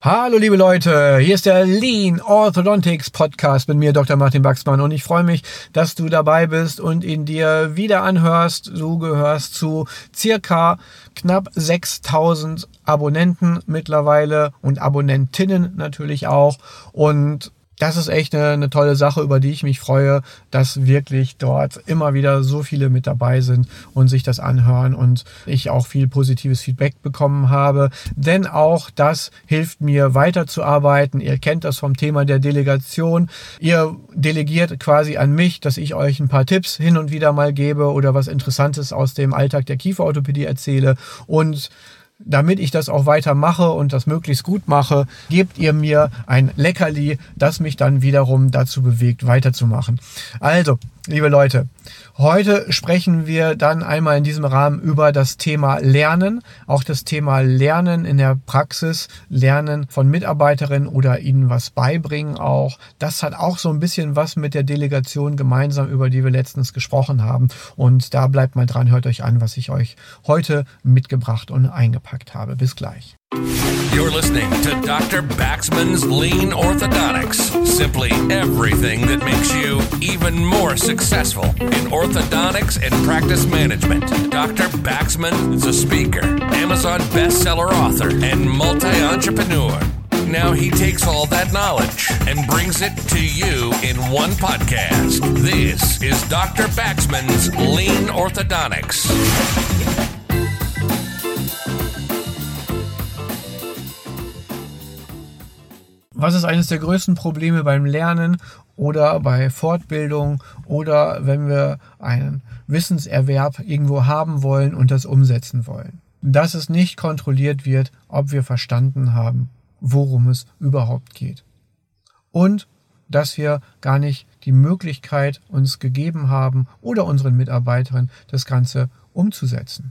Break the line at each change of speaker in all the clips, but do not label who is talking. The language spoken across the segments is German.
Hallo liebe Leute, hier ist der Lean Orthodontics Podcast mit mir, Dr. Martin Baxmann, und ich freue mich, dass du dabei bist und ihn dir wieder anhörst. Du gehörst zu circa knapp 6.000 Abonnenten mittlerweile und Abonnentinnen natürlich auch, und das ist echt eine tolle Sache, über die ich mich freue, dass wirklich dort immer wieder so viele mit dabei sind und sich das anhören und ich auch viel positives Feedback bekommen habe. Denn auch das hilft mir weiterzuarbeiten. Ihr kennt das vom Thema der Delegation. Ihr delegiert quasi an mich, dass ich euch ein paar Tipps hin und wieder mal gebe oder was Interessantes aus dem Alltag der Kieferorthopädie erzähle, und damit ich das auch weitermache und das möglichst gut mache, gebt ihr mir ein Leckerli, das mich dann wiederum dazu bewegt, weiterzumachen. Also, liebe Leute, heute sprechen wir dann einmal in diesem Rahmen über das Thema Lernen, auch das Thema Lernen in der Praxis, Lernen von Mitarbeiterinnen oder ihnen was beibringen auch. Das hat auch so ein bisschen was mit der Delegation gemeinsam, über die wir letztens gesprochen haben. Und da bleibt mal dran, hört euch an, was ich euch heute mitgebracht und eingepackt habe. Bis gleich.
You're listening to Dr. Baxman's Lean Orthodontics. Simply everything that makes you even more successful in orthodontics and practice management. Dr. Baxman is a speaker, Amazon bestseller author, and multi-entrepreneur. Now he takes all that knowledge and brings it to you in one podcast. This is Dr. Baxman's Lean Orthodontics.
Was ist eines der größten Probleme beim Lernen oder bei Fortbildung oder wenn wir einen Wissenserwerb irgendwo haben wollen und das umsetzen wollen? Dass es nicht kontrolliert wird, ob wir verstanden haben, worum es überhaupt geht. Und dass wir gar nicht die Möglichkeit uns gegeben haben oder unseren Mitarbeiterinnen das Ganze umzusetzen.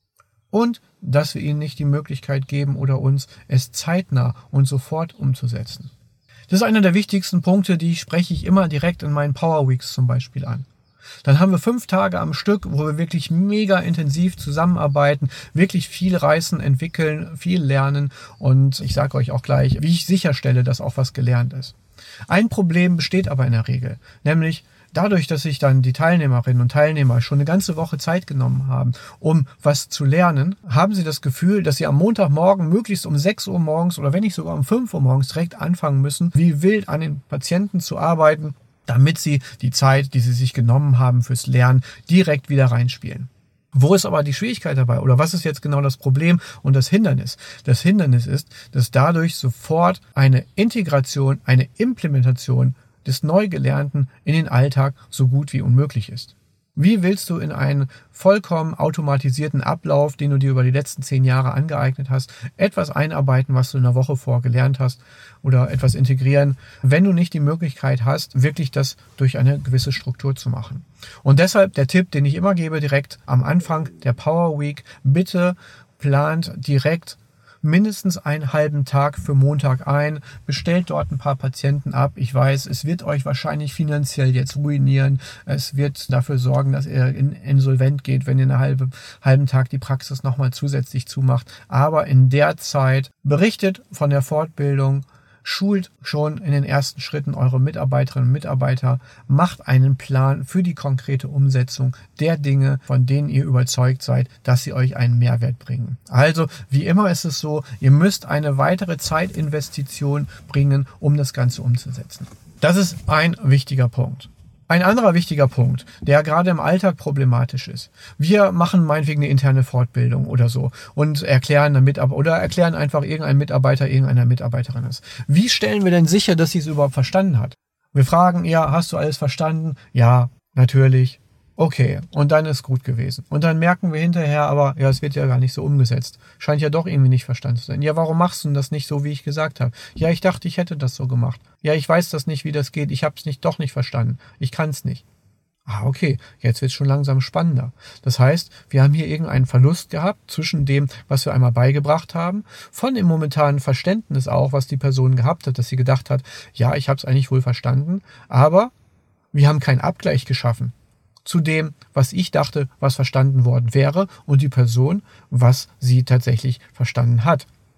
Und dass wir ihnen nicht die Möglichkeit geben oder uns es zeitnah und sofort umzusetzen. Das ist einer der wichtigsten Punkte, die spreche ich immer direkt in meinen Power Weeks zum Beispiel an. Dann haben wir 5 Tage am Stück, wo wir wirklich mega intensiv zusammenarbeiten, wirklich viel reißen, entwickeln, viel lernen, und ich sage euch auch gleich, wie ich sicherstelle, dass auch was gelernt ist. Ein Problem besteht aber in der Regel, nämlich dadurch, dass sich dann die Teilnehmerinnen und Teilnehmer schon eine ganze Woche Zeit genommen haben, um was zu lernen, haben sie das Gefühl, dass sie am Montagmorgen möglichst um 6 Uhr morgens oder wenn nicht sogar um 5 Uhr morgens direkt anfangen müssen, wie wild an den Patienten zu arbeiten, damit sie die Zeit, die sie sich genommen haben fürs Lernen, direkt wieder reinspielen. Wo ist aber die Schwierigkeit dabei? Oder was ist jetzt genau das Problem und das Hindernis? Das Hindernis ist, dass dadurch sofort eine Integration, eine Implementation des Neugelernten in den Alltag so gut wie unmöglich ist. Wie willst du in einen vollkommen automatisierten Ablauf, den du dir über die letzten 10 Jahre angeeignet hast, etwas einarbeiten, was du in einer Woche vorher gelernt hast, oder etwas integrieren, wenn du nicht die Möglichkeit hast, wirklich das durch eine gewisse Struktur zu machen? Und deshalb der Tipp, den ich immer gebe, direkt am Anfang der Power Week: Bitte plant direkt mindestens einen halben Tag für Montag ein, bestellt dort ein paar Patienten ab. Ich weiß, es wird euch wahrscheinlich finanziell jetzt ruinieren. Es wird dafür sorgen, dass ihr insolvent geht, wenn ihr einen halben Tag die Praxis nochmal zusätzlich zumacht. Aber in der Zeit berichtet von der Fortbildung, schult schon in den ersten Schritten eure Mitarbeiterinnen und Mitarbeiter, macht einen Plan für die konkrete Umsetzung der Dinge, von denen ihr überzeugt seid, dass sie euch einen Mehrwert bringen. Also, wie immer ist es so, ihr müsst eine weitere Zeitinvestition bringen, um das Ganze umzusetzen. Das ist ein wichtiger Punkt. Ein anderer wichtiger Punkt, der gerade im Alltag problematisch ist: Wir machen meinetwegen eine interne Fortbildung oder so und erklären einfach irgendeinem Mitarbeiter, irgendeiner Mitarbeiterin es. Wie stellen wir denn sicher, dass sie es überhaupt verstanden hat? Wir fragen: Ja, hast du alles verstanden? Ja, natürlich. Okay, und dann ist gut gewesen. Und dann merken wir hinterher aber, ja, es wird ja gar nicht so umgesetzt. Scheint ja doch irgendwie nicht verstanden zu sein. Ja, warum machst du denn das nicht so, wie ich gesagt habe? Ja, ich dachte, ich hätte das so gemacht. Ja, ich weiß das nicht, wie das geht. Ich habe es doch nicht verstanden. Ich kann es nicht. Okay, jetzt wird es schon langsam spannender. Das heißt, wir haben hier irgendeinen Verlust gehabt zwischen dem, was wir einmal beigebracht haben, von dem momentanen Verständnis auch, was die Person gehabt hat, dass sie gedacht hat, ja, ich habe es eigentlich wohl verstanden, aber wir haben keinen Abgleich geschaffen zu dem, was ich dachte, was verstanden worden wäre, und die Person, was sie tatsächlich verstanden hat.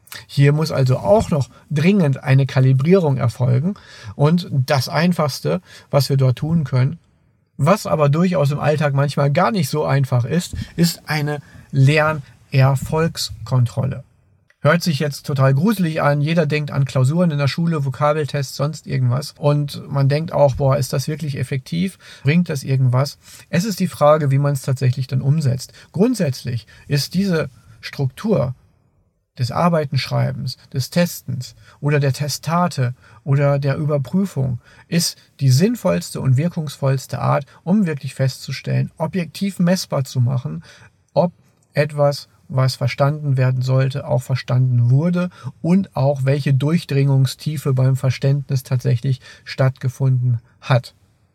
Hier muss also auch noch dringend eine Kalibrierung erfolgen und das Einfachste, was wir dort tun können, was aber durchaus im Alltag manchmal gar nicht so einfach ist eine Lernerfolgskontrolle. Hört sich jetzt total gruselig an, jeder denkt an Klausuren in der Schule, Vokabeltests, sonst irgendwas und man denkt auch, boah, ist das wirklich effektiv? Bringt das irgendwas? Es ist die Frage, wie man es tatsächlich dann umsetzt. Grundsätzlich ist diese Struktur des Arbeitenschreibens, des Testens oder der Testate oder der Überprüfung ist die sinnvollste und wirkungsvollste Art, um wirklich festzustellen, objektiv messbar zu machen, ob etwas, was verstanden werden sollte, auch verstanden wurde und auch welche Durchdringungstiefe beim Verständnis tatsächlich stattgefunden hat.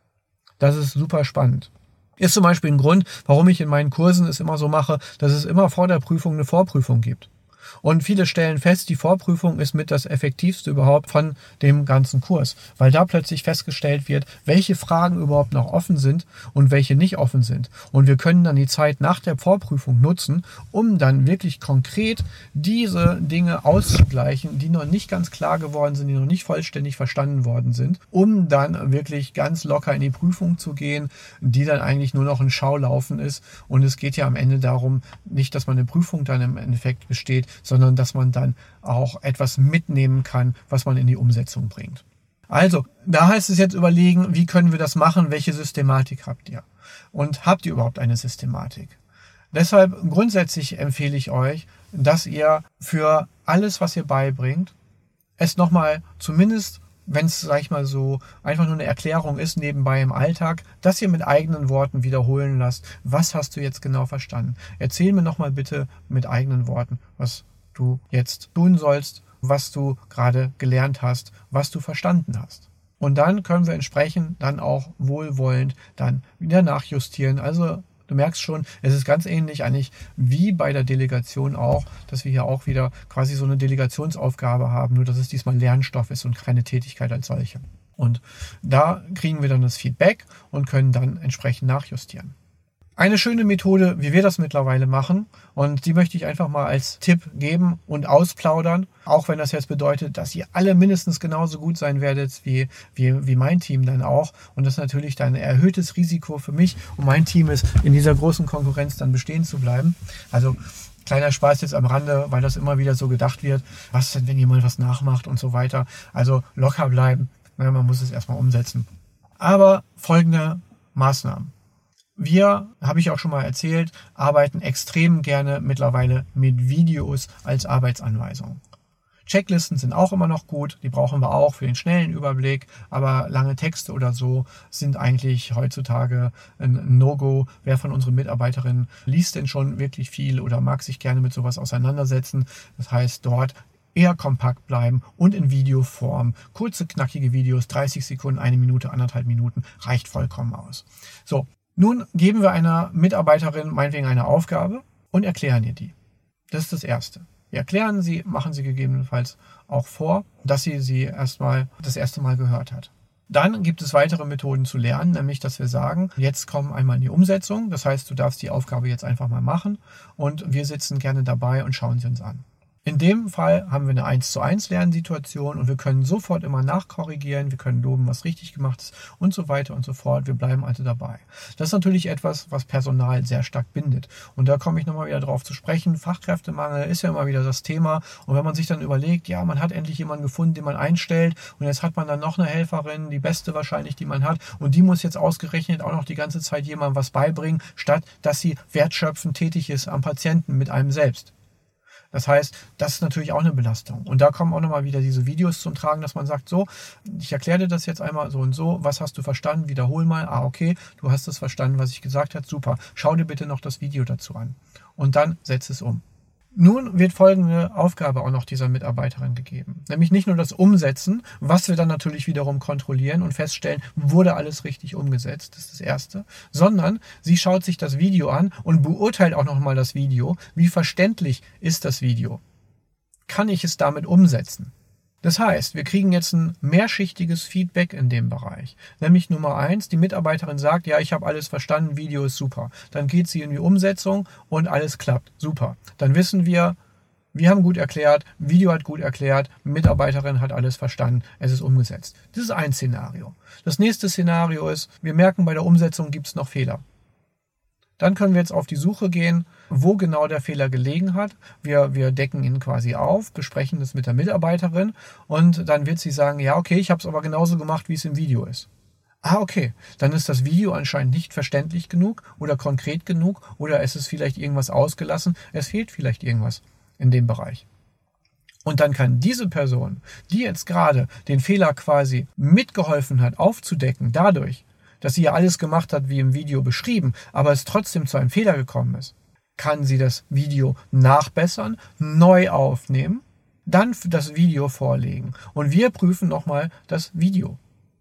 Das ist super spannend. Ist zum Beispiel ein Grund, warum ich in meinen Kursen es immer so mache, dass es immer vor der Prüfung eine Vorprüfung gibt. Und viele stellen fest, die Vorprüfung ist mit das Effektivste überhaupt von dem ganzen Kurs, weil da plötzlich festgestellt wird, welche Fragen überhaupt noch offen sind und welche nicht offen sind. Und wir können dann die Zeit nach der Vorprüfung nutzen, um dann wirklich konkret diese Dinge auszugleichen, die noch nicht ganz klar geworden sind, die noch nicht vollständig verstanden worden sind, um dann wirklich ganz locker in die Prüfung zu gehen, die dann eigentlich nur noch ein Schaulaufen ist. Und es geht ja am Ende darum, nicht, dass man eine Prüfung dann im Endeffekt besteht, sondern dass man dann auch etwas mitnehmen kann, was man in die Umsetzung bringt. Also, da heißt es jetzt überlegen, wie können wir das machen, welche Systematik habt ihr? Und habt ihr überhaupt eine Systematik? Deshalb grundsätzlich empfehle ich euch, dass ihr für alles, was ihr beibringt, es nochmal zumindest, wenn es, sag ich mal so, einfach nur eine Erklärung ist nebenbei im Alltag, dass ihr mit eigenen Worten wiederholen lasst. Was hast du jetzt genau verstanden? Erzähl mir nochmal bitte mit eigenen Worten, was du jetzt tun sollst, was du gerade gelernt hast, was du verstanden hast. Und dann können wir entsprechend dann auch wohlwollend dann wieder nachjustieren. Also du merkst schon, es ist ganz ähnlich eigentlich wie bei der Delegation auch, dass wir hier auch wieder quasi so eine Delegationsaufgabe haben, nur dass es diesmal Lernstoff ist und keine Tätigkeit als solche. Und da kriegen wir dann das Feedback und können dann entsprechend nachjustieren. Eine schöne Methode, wie wir das mittlerweile machen, und die möchte ich einfach mal als Tipp geben und ausplaudern, auch wenn das jetzt bedeutet, dass ihr alle mindestens genauso gut sein werdet wie mein Team dann auch. Und das ist natürlich dann ein erhöhtes Risiko für mich und mein Team ist, in dieser großen Konkurrenz dann bestehen zu bleiben. Also kleiner Spaß jetzt am Rande, weil das immer wieder so gedacht wird, was denn, wenn jemand was nachmacht und so weiter. Also locker bleiben, man muss es erstmal umsetzen. Aber folgende Maßnahmen. Wir, habe ich auch schon mal erzählt, arbeiten extrem gerne mittlerweile mit Videos als Arbeitsanweisung. Checklisten sind auch immer noch gut, die brauchen wir auch für den schnellen Überblick, aber lange Texte oder so sind eigentlich heutzutage ein No-Go. Wer von unseren Mitarbeiterinnen liest denn schon wirklich viel oder mag sich gerne mit sowas auseinandersetzen? Das heißt, dort eher kompakt bleiben und in Videoform. Kurze, knackige Videos, 30 Sekunden, 1 Minute, 1,5 Minuten, reicht vollkommen aus. So. Nun geben wir einer Mitarbeiterin meinetwegen eine Aufgabe und erklären ihr die. Das ist das Erste. Wir erklären sie, machen sie gegebenenfalls auch vor, dass sie erstmal das erste Mal gehört hat. Dann gibt es weitere Methoden zu lernen, nämlich dass wir sagen, jetzt kommen einmal in die Umsetzung. Das heißt, du darfst die Aufgabe jetzt einfach mal machen und wir sitzen gerne dabei und schauen sie uns an. In dem Fall haben wir eine 1:1 Lernsituation und wir können sofort immer nachkorrigieren, wir können loben, was richtig gemacht ist und so weiter und so fort. Wir bleiben also dabei. Das ist natürlich etwas, was Personal sehr stark bindet. Und da komme ich nochmal wieder drauf zu sprechen. Fachkräftemangel ist ja immer wieder das Thema. Und wenn man sich dann überlegt, ja, man hat endlich jemanden gefunden, den man einstellt und jetzt hat man dann noch eine Helferin, die beste wahrscheinlich, die man hat und die muss jetzt ausgerechnet auch noch die ganze Zeit jemandem was beibringen, statt dass sie wertschöpfend tätig ist am Patienten mit einem selbst. Das heißt, das ist natürlich auch eine Belastung. Und da kommen auch nochmal wieder diese Videos zum Tragen, dass man sagt, so, ich erkläre dir das jetzt einmal so und so, was hast du verstanden, wiederhol mal, okay, du hast das verstanden, was ich gesagt habe, super, schau dir bitte noch das Video dazu an. Und dann setz es um. Nun wird folgende Aufgabe auch noch dieser Mitarbeiterin gegeben. Nämlich nicht nur das Umsetzen, was wir dann natürlich wiederum kontrollieren und feststellen, wurde alles richtig umgesetzt, das ist das Erste, sondern sie schaut sich das Video an und beurteilt auch nochmal das Video. Wie verständlich ist das Video? Kann ich es damit umsetzen? Das heißt, wir kriegen jetzt ein mehrschichtiges Feedback in dem Bereich. Nämlich Nummer 1, die Mitarbeiterin sagt, ja, ich habe alles verstanden, Video ist super. Dann geht sie in die Umsetzung und alles klappt. Super. Dann wissen wir, Wir haben gut erklärt, Video hat gut erklärt, Mitarbeiterin hat alles verstanden, es ist umgesetzt. Das ist ein Szenario. Das nächste Szenario ist, wir merken, bei der Umsetzung gibt es noch Fehler. Dann können wir jetzt auf die Suche gehen, wo genau der Fehler gelegen hat. Wir decken ihn quasi auf, besprechen das mit der Mitarbeiterin und dann wird sie sagen, ja okay, ich habe es aber genauso gemacht, wie es im Video ist. Ah, okay, dann ist das Video anscheinend nicht verständlich genug oder konkret genug oder es ist vielleicht irgendwas ausgelassen, es fehlt vielleicht irgendwas in dem Bereich. Und dann kann diese Person, die jetzt gerade den Fehler quasi mitgeholfen hat, aufzudecken, dadurch, dass sie ja alles gemacht hat, wie im Video beschrieben, aber es trotzdem zu einem Fehler gekommen ist, kann sie das Video nachbessern, neu aufnehmen, dann das Video vorlegen und wir prüfen nochmal das Video.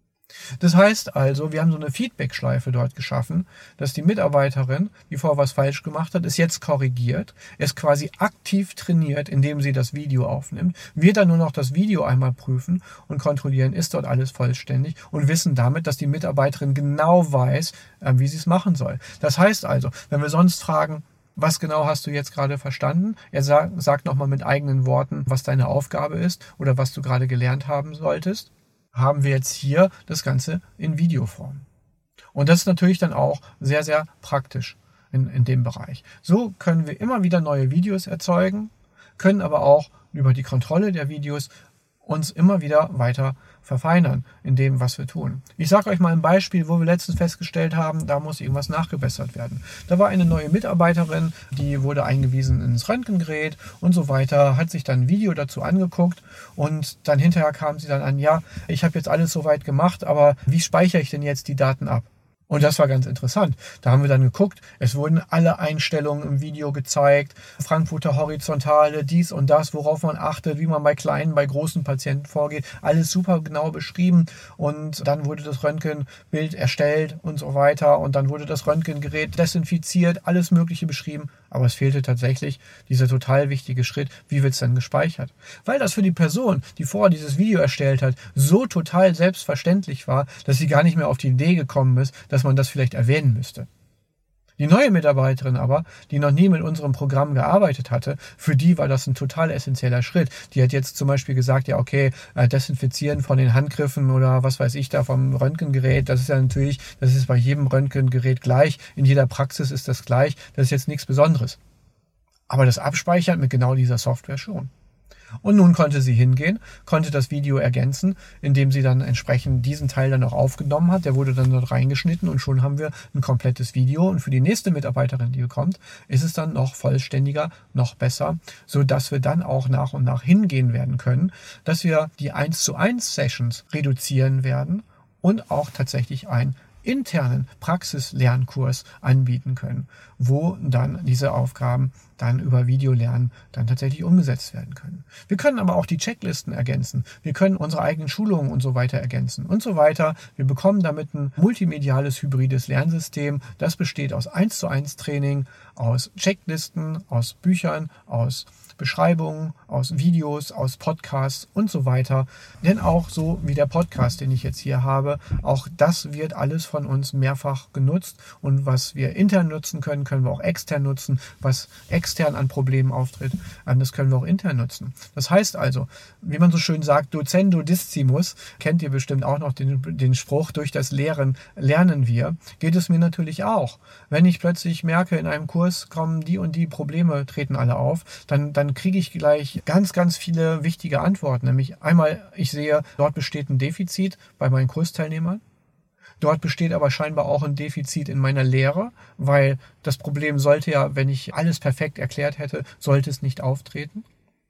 Das heißt also, wir haben so eine Feedback-Schleife dort geschaffen, dass die Mitarbeiterin, die vorher was falsch gemacht hat, es jetzt korrigiert, es quasi aktiv trainiert, indem sie das Video aufnimmt. Wir dann nur noch das Video einmal prüfen und kontrollieren, ist dort alles vollständig und wissen damit, dass die Mitarbeiterin genau weiß, wie sie es machen soll. Das heißt also, wenn wir sonst fragen, was genau hast du jetzt gerade verstanden? Er sagt nochmal mit eigenen Worten, was deine Aufgabe ist oder was du gerade gelernt haben solltest. Haben wir jetzt hier das Ganze in Videoform. Und das ist natürlich dann auch sehr, sehr praktisch in dem Bereich. So können wir immer wieder neue Videos erzeugen, können aber auch über die Kontrolle der Videos uns immer wieder weiter verfeinern in dem, was wir tun. Ich sage euch mal ein Beispiel, wo wir letztens festgestellt haben, da muss irgendwas nachgebessert werden. Da war eine neue Mitarbeiterin, die wurde eingewiesen ins Röntgengerät und so weiter, hat sich dann ein Video dazu angeguckt und dann hinterher kam sie dann an, ja, ich habe jetzt alles soweit gemacht, aber wie speichere ich denn jetzt die Daten ab? Und das war ganz interessant. Da haben wir dann geguckt, es wurden alle Einstellungen im Video gezeigt, Frankfurter Horizontale, dies und das, worauf man achtet, wie man bei kleinen, bei großen Patienten vorgeht, alles super genau beschrieben und dann wurde das Röntgenbild erstellt und so weiter und dann wurde das Röntgengerät desinfiziert, alles Mögliche beschrieben, aber es fehlte tatsächlich dieser total wichtige Schritt, wie wird es denn gespeichert? Weil das für die Person, die vorher dieses Video erstellt hat, so total selbstverständlich war, dass sie gar nicht mehr auf die Idee gekommen ist, dass man das vielleicht erwähnen müsste. Die neue Mitarbeiterin aber, die noch nie mit unserem Programm gearbeitet hatte, für die war das ein total essentieller Schritt. Die hat jetzt zum Beispiel gesagt, ja okay, Desinfizieren von den Handgriffen oder was weiß ich da vom Röntgengerät, das ist ja natürlich, das ist bei jedem Röntgengerät gleich, in jeder Praxis ist das gleich, das ist jetzt nichts Besonderes. Aber das Abspeichern mit genau dieser Software schon. Und nun konnte sie hingehen, konnte das Video ergänzen, indem sie dann entsprechend diesen Teil dann auch aufgenommen hat. Der wurde dann dort reingeschnitten und schon haben wir ein komplettes Video. Und für die nächste Mitarbeiterin, die kommt, ist es dann noch vollständiger, noch besser, sodass wir dann auch nach und nach hingehen werden können, dass wir die 1:1 Sessions reduzieren werden und auch tatsächlich einen internen Praxislernkurs anbieten können, wo dann diese Aufgaben dann über Videolernen dann tatsächlich umgesetzt werden können. Wir können aber auch die Checklisten ergänzen. Wir können unsere eigenen Schulungen und so weiter ergänzen und so weiter. Wir bekommen damit ein multimediales, hybrides Lernsystem. Das besteht aus 1:1 Training, aus Checklisten, aus Büchern, aus Beschreibungen, aus Videos, aus Podcasts und so weiter. Denn auch so wie der Podcast, den ich jetzt hier habe, auch das wird alles von uns mehrfach genutzt und was wir intern nutzen können, können wir auch extern nutzen. Was extern an Problemen auftritt, das können wir auch intern nutzen. Das heißt also, wie man so schön sagt, Docendo discimus, kennt ihr bestimmt auch noch den Spruch, durch das Lehren lernen wir, geht es mir natürlich auch. Wenn ich plötzlich merke, in einem Kurs kommen die und die Probleme, treten alle auf, dann kriege ich gleich ganz, ganz viele wichtige Antworten. Nämlich einmal, ich sehe, dort besteht ein Defizit bei meinen Kursteilnehmern. Dort besteht aber scheinbar auch ein Defizit in meiner Lehre, weil das Problem sollte ja, wenn ich alles perfekt erklärt hätte, sollte es nicht auftreten.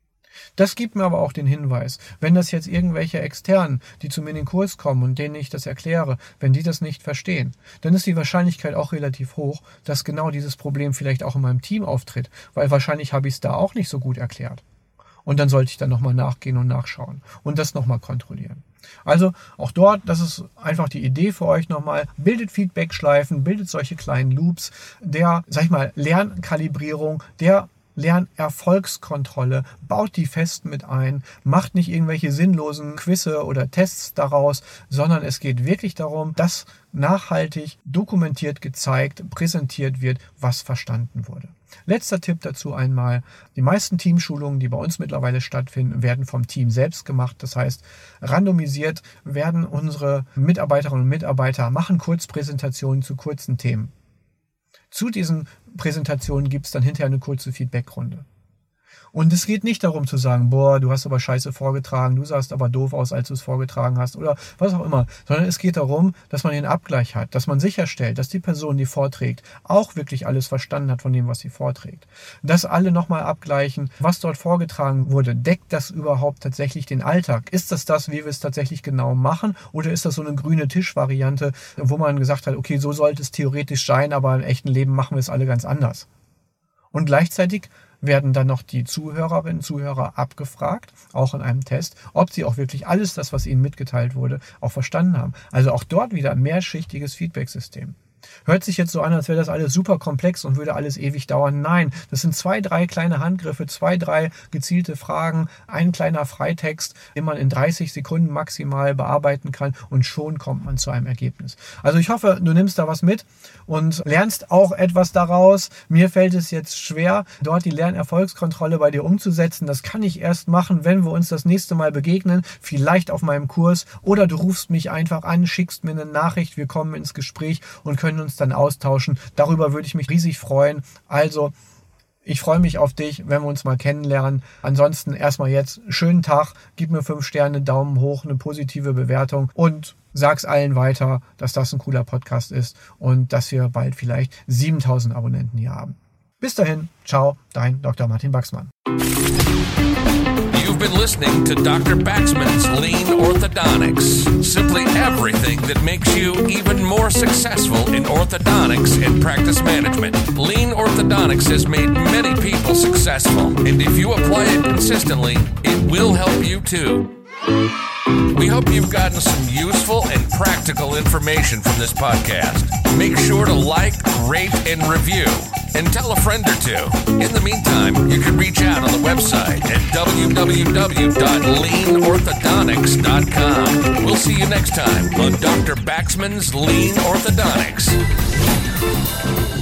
Das gibt mir aber auch den Hinweis, wenn das jetzt irgendwelche Externen, die zu mir in den Kurs kommen und denen ich das erkläre, wenn die das nicht verstehen, dann ist die Wahrscheinlichkeit auch relativ hoch, dass genau dieses Problem vielleicht auch in meinem Team auftritt, weil wahrscheinlich habe ich es da auch nicht so gut erklärt. Und dann sollte ich dann nochmal nachgehen und nachschauen und das nochmal kontrollieren. Also auch dort, das ist einfach die Idee für euch nochmal, bildet Feedback-Schleifen, bildet solche kleinen Loops der, sag ich mal, Lernkalibrierung, der Lernerfolgskontrolle, baut die fest mit ein, macht nicht irgendwelche sinnlosen Quizze oder Tests daraus, sondern es geht wirklich darum, dass nachhaltig dokumentiert, gezeigt, präsentiert wird, was verstanden wurde. Letzter Tipp dazu einmal, die meisten Teamschulungen, die bei uns mittlerweile stattfinden, werden vom Team selbst gemacht. Das heißt, randomisiert werden unsere Mitarbeiterinnen und Mitarbeiter, machen Kurzpräsentationen zu kurzen Themen. Zu diesen Präsentationen gibt es dann hinterher eine kurze Feedbackrunde. Und es geht nicht darum zu sagen, boah, du hast aber scheiße vorgetragen, du sahst aber doof aus, als du es vorgetragen hast oder was auch immer, sondern es geht darum, dass man den Abgleich hat, dass man sicherstellt, dass die Person, die vorträgt, auch wirklich alles verstanden hat von dem, was sie vorträgt. Dass alle nochmal abgleichen, was dort vorgetragen wurde. Deckt das überhaupt tatsächlich den Alltag? Ist das, wie wir es tatsächlich genau machen? Oder ist das so eine grüne Tischvariante, wo man gesagt hat, okay, so sollte es theoretisch sein, aber im echten Leben machen wir es alle ganz anders? Und gleichzeitig werden dann noch die Zuhörerinnen und Zuhörer abgefragt, auch in einem Test, ob sie auch wirklich alles das, was ihnen mitgeteilt wurde, auch verstanden haben. Also auch dort wieder ein mehrschichtiges Feedbacksystem. Hört sich jetzt so an, als wäre das alles super komplex und würde alles ewig dauern. Nein, das sind 2, 3 kleine Handgriffe, 2, 3 gezielte Fragen, ein kleiner Freitext, den man in 30 Sekunden maximal bearbeiten kann und schon kommt man zu einem Ergebnis. Also ich hoffe, du nimmst da was mit und lernst auch etwas daraus. Mir fällt es jetzt schwer, dort die Lernerfolgskontrolle bei dir umzusetzen. Das kann ich erst machen, wenn wir uns das nächste Mal begegnen, vielleicht auf meinem Kurs oder du rufst mich einfach an, schickst mir eine Nachricht, wir kommen ins Gespräch und können uns dann austauschen. Darüber würde ich mich riesig freuen. Also, ich freue mich auf dich, wenn wir uns mal kennenlernen. Ansonsten erstmal jetzt schönen Tag, gib mir 5 Sterne, Daumen hoch, eine positive Bewertung und sag's allen weiter, dass das ein cooler Podcast ist und dass wir bald vielleicht 7000 Abonnenten hier haben. Bis dahin, ciao, dein Dr. Martin Baxmann.
You've been listening to Dr. Baxman's Lean Orthodontics. Simply everything that makes you even more successful in orthodontics and practice management. Lean Orthodontics has made many people successful, and if you apply it consistently, it will help you too. We hope you've gotten some useful and practical information from this podcast. Make sure to like, rate, and review. And tell a friend or two. In the meantime, you can reach out on the website at www.leanorthodontics.com. We'll see you next time on Dr. Baxman's Lean Orthodontics.